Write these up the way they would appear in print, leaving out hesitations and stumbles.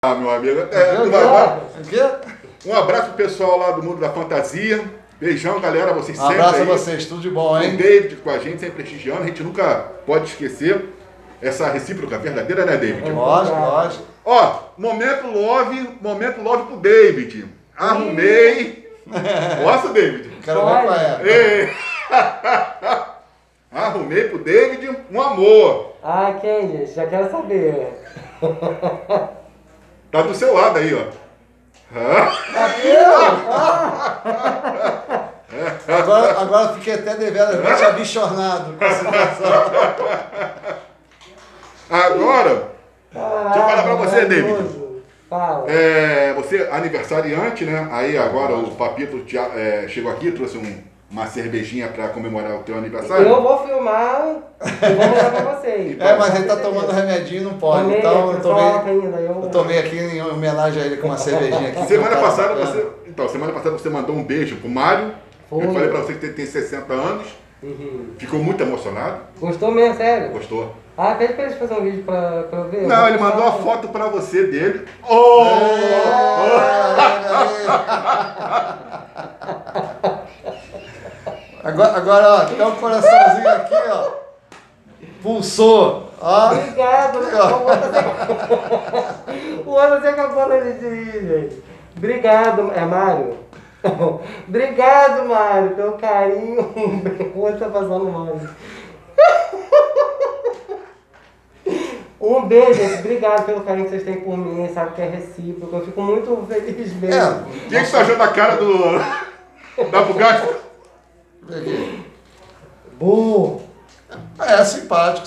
Ah, meu amigo. Um abraço pro pessoal lá do mundo da fantasia. Beijão, galera. Vocês Um sempre abraço aí. a vocês, tudo de bom, hein? O David com a gente, sempre prestigiando. A gente nunca pode esquecer essa recíproca verdadeira, né, David? Lógico, lógico. Ó, momento love pro David. Arrumei. Gosta, David? Quero ver qual é. Ei. Arrumei pro David um amor. Ah, quem, gente? Já quero saber. Tá do seu lado aí, ó. Agora fiquei até devidamente abichornado com a situação. Agora, deixa eu falar pra você, David. Fala. Você é aniversariante, né? Aí agora o Papito chegou aqui, trouxe uma cervejinha pra comemorar o teu aniversário. Eu vou filmar e vou mandar pra vocês. Mas ele tá tomando remedinho, não pode. Tomei, Então eu eu tomei aqui em homenagem a ele com uma cervejinha aqui. Semana passada você mandou um beijo pro Mário. Foi. Eu falei pra você que tem 60 anos. Uhum. Ficou muito emocionado. Gostou mesmo, sério? Gostou? Ah, pede pra eles fazerem um vídeo pra eu ver. Não, ele mandou a foto pra você dele. Oh! Agora, ó, tem um coraçãozinho aqui, ó. Pulsou. Ó. Obrigado. O outro acabou de ir, gente. Obrigado, é Mário? Obrigado, Mário, pelo carinho. O outro tá passando mal. Um beijo, gente. Obrigado pelo carinho que vocês têm por mim. Sabe que é recíproco. Eu fico muito feliz mesmo. O que você achou da cara da Bugatti? Burro. É, simpático.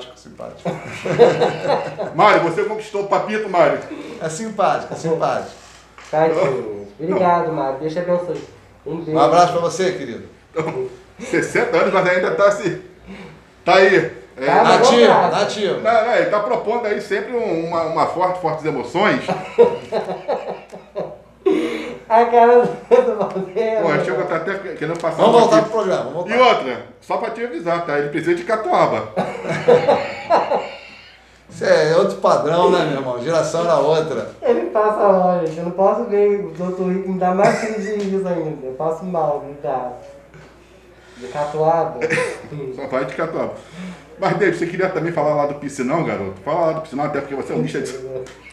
Mário, você conquistou o Papito, Mário. É simpático. Tadinho. Obrigado, Mário. Deus te abençoe. Um beijo. Um abraço pra você, querido. 60 anos, mas ainda tá assim. Tá aí. Nativo. Não, ele tá propondo aí sempre fortes emoções. A cara do Valdeiro. Pô, chega tá até querendo passar. Vamos voltar aqui. pro programa. E outra, só pra te avisar, tá? Ele precisa de catuaba. Isso é outro padrão, né, meu irmão? Geração era outra. Ele passa mal, gente. Eu não posso ver o Dr. Rico me dar mais crise de riso ainda. Eu passo mal, me dá. De catuaba. Só vai de catuaba. Mas, David, você queria também falar lá do piscinão, garoto? Fala lá do piscinão, até porque você é um lista de...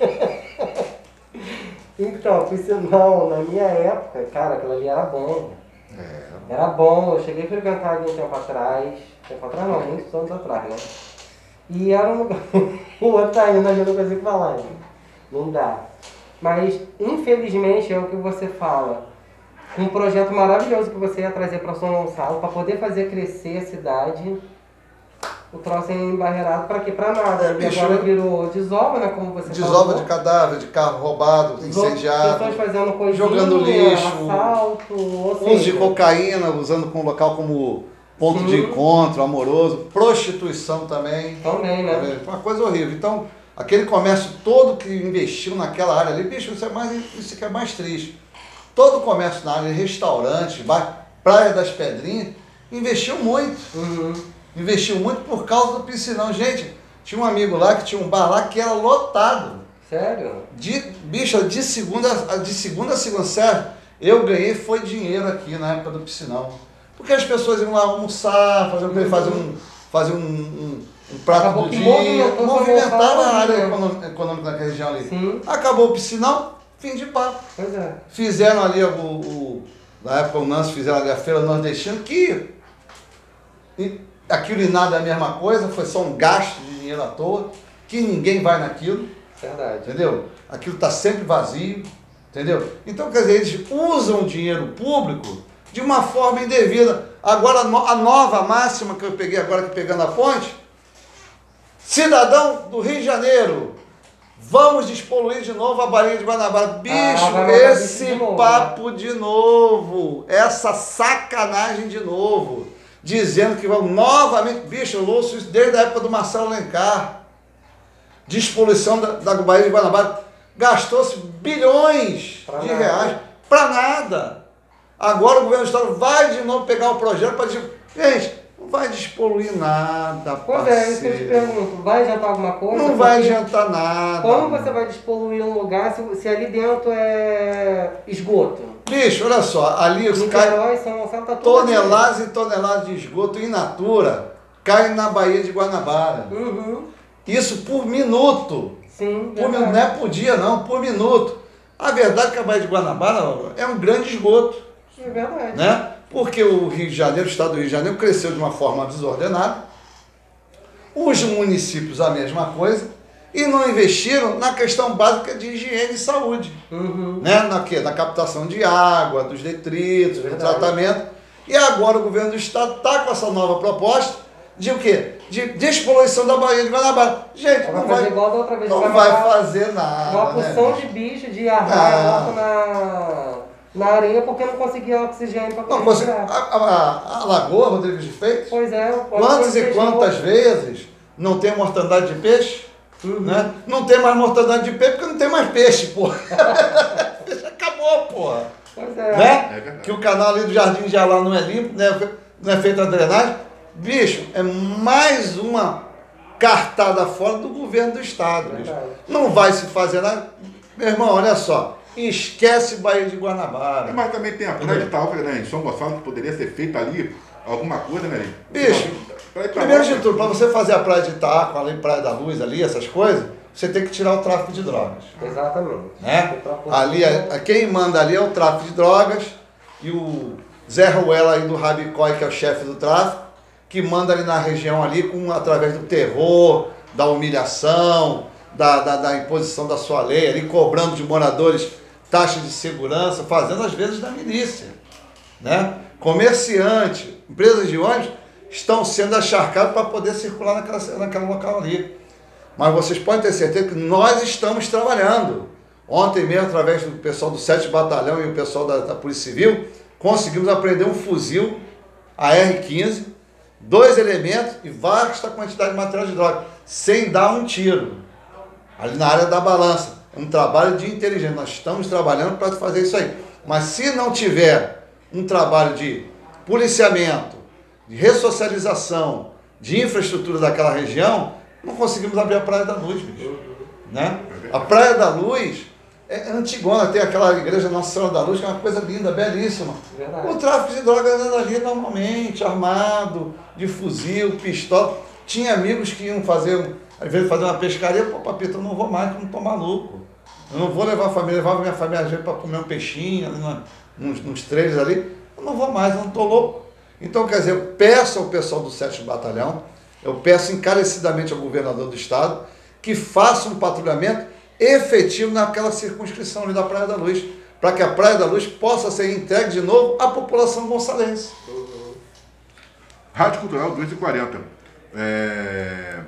Então, piscinão, na minha época, cara, aquilo ali era bom. Era bom, eu cheguei a frequentar ali um tempo atrás. Tempo atrás não, muitos anos atrás, né? E era um lugar. O outro tá indo ali, eu não consigo falar, gente. Não dá. Mas, infelizmente, é o que você fala. Um projeto maravilhoso que você ia trazer para São Gonçalo, para poder fazer crescer a cidade. O troço é embarreirado para quê? Para nada. E agora virou desova, né? Como você Desova falou. de cadáver, de carro roubado, incendiado. Pessoas fazendo coisinha, jogando lixo, assalto, ou uso seja, de cocaína, usando como local como ponto de encontro amoroso, prostituição também. Também, né? Uma coisa horrível. Então, aquele comércio todo que investiu naquela área ali, bicho, isso que é mais triste. Todo o comércio na área, restaurantes, Praia das Pedrinhas, investiu muito. Investiu muito por causa do piscinão. Gente, tinha um amigo lá que tinha um bar lá que era lotado. Sério? De segunda a segunda, sério, eu ganhei foi dinheiro aqui na época do piscinão. Porque as pessoas iam lá almoçar, fazer um prato Acabou do que dia, movimentava a área né? econômica daquela região ali. Sim. Acabou o piscinão, fim de papo. Pois é. Fizeram ali na época o Nancy fizeram ali a Feira Nordestina, que aquilo e nada é a mesma coisa, foi só um gasto de dinheiro à toa, que ninguém vai naquilo. Verdade. Entendeu? Aquilo está sempre vazio, entendeu? Então, quer dizer, eles usam o dinheiro público de uma forma indevida. Agora, a nova máxima que eu peguei agora, que pegando a ponte, cidadão do Rio de Janeiro, vamos despoluir de novo a Baía de Guanabara. Bicho, esse papo de novo, essa sacanagem de novo, dizendo que vão novamente, bicho, eu ouço isso desde a época do Marcelo Alencar. Despoluição da Baía de Guanabara, gastou-se bilhões de reais para nada. Agora o governo do estado vai de novo pegar o projeto para dizer, gente, Não vai despoluir nada, Pois é, isso que eu te pergunto. Vai adiantar alguma coisa? Não vai Porque adiantar nada. como você vai despoluir um lugar se ali dentro é esgoto? Bicho, olha só, ali os caras, Niterói, São Gonçalo, tá tudo toneladas e toneladas de esgoto in natura caem na Baía de Guanabara. ali. Uhum. Isso por minuto. Sim, Por minuto, não é por dia não, por minuto. A verdade é que a Baía de Guanabara é um grande esgoto, É verdade. né? Porque o Rio de Janeiro, o estado do Rio de Janeiro, cresceu de uma forma desordenada. Os municípios a mesma coisa. E não investiram na questão básica de higiene e saúde. Uhum. Né? Na captação de água, dos detritos, do Verdade. tratamento. E agora o governo do estado está com essa nova proposta de o quê? De despoluição da Baía de Guanabara. Gente, Vai não fazer vai, igual da outra vez. não vai matar fazer nada. uma porção né? de bicho, de arraia, bota na areia porque não conseguia oxigênio para Não, poder você, respirar. a Lagoa Rodrigues de Freitas, Pois é. quantas e quantas vezes não tem mortandade de peixe? Uhum. Né? Não tem mais mortandade de peixe porque não tem mais peixe, pô. Peixe acabou, pô. Pois é. Né? É verdade. Que o canal ali do Jardim de Alá não é limpo, não é feita a drenagem. Bicho, é mais uma cartada fora do governo do estado, bicho. Verdade. Não vai se fazer nada. Meu irmão, olha só. Esquece Baía de Guanabara. Mas também tem a praia de Itaúca, né? Em São Gonçalo, que poderia ser feita ali alguma coisa, né? Bicho, Praia de primeiro de Itaúca. tudo, para você fazer a Praia de Itaca, ali, Praia da Luz, ali, essas coisas, você tem que tirar o tráfico de drogas. Exatamente. Né? Pra Ali, quem manda ali é o tráfico de drogas e o Zé Ruela aí do Rabicói, que é o chefe do tráfico, que manda ali na região ali através do terror, da humilhação, da imposição da sua lei, ali cobrando de moradores taxas de segurança, fazendo às vezes da milícia. Né? Comerciante, empresas de ônibus estão sendo acharcados para poder circular naquele local ali. Mas vocês podem ter certeza que nós estamos trabalhando. Ontem mesmo, através do pessoal do 7º Batalhão e o pessoal da Polícia Civil, conseguimos apreender um fuzil AR-15, 2 elementos e vasta quantidade de material de droga, sem dar um tiro. Ali na área da balança. É um trabalho de inteligência. Nós estamos trabalhando para fazer isso aí. Mas se não tiver um trabalho de policiamento, de ressocialização, de infraestrutura daquela região, não conseguimos abrir a Praia da Luz, bicho. Né? A Praia da Luz é antigona, tem aquela igreja Nossa Senhora da Luz, que é uma coisa linda, belíssima. Verdade. O tráfico de drogas anda ali normalmente, armado, de fuzil, pistola. Tinha amigos que iam fazer, às vezes fazer uma pescaria, pô, papito, eu não vou mais, porque eu não tô maluco. Eu não vou levar a família, levava minha família às vezes para comer um peixinho, ali nos trailers ali. Eu não vou mais, eu não tô louco. Então, quer dizer, eu peço ao pessoal do 7º Batalhão, eu peço encarecidamente ao governador do estado, que faça um patrulhamento efetivo naquela circunscrição ali da Praia da Luz, para que a Praia da Luz possa ser entregue de novo à população gonçalense. Rádio Cultural 2h40.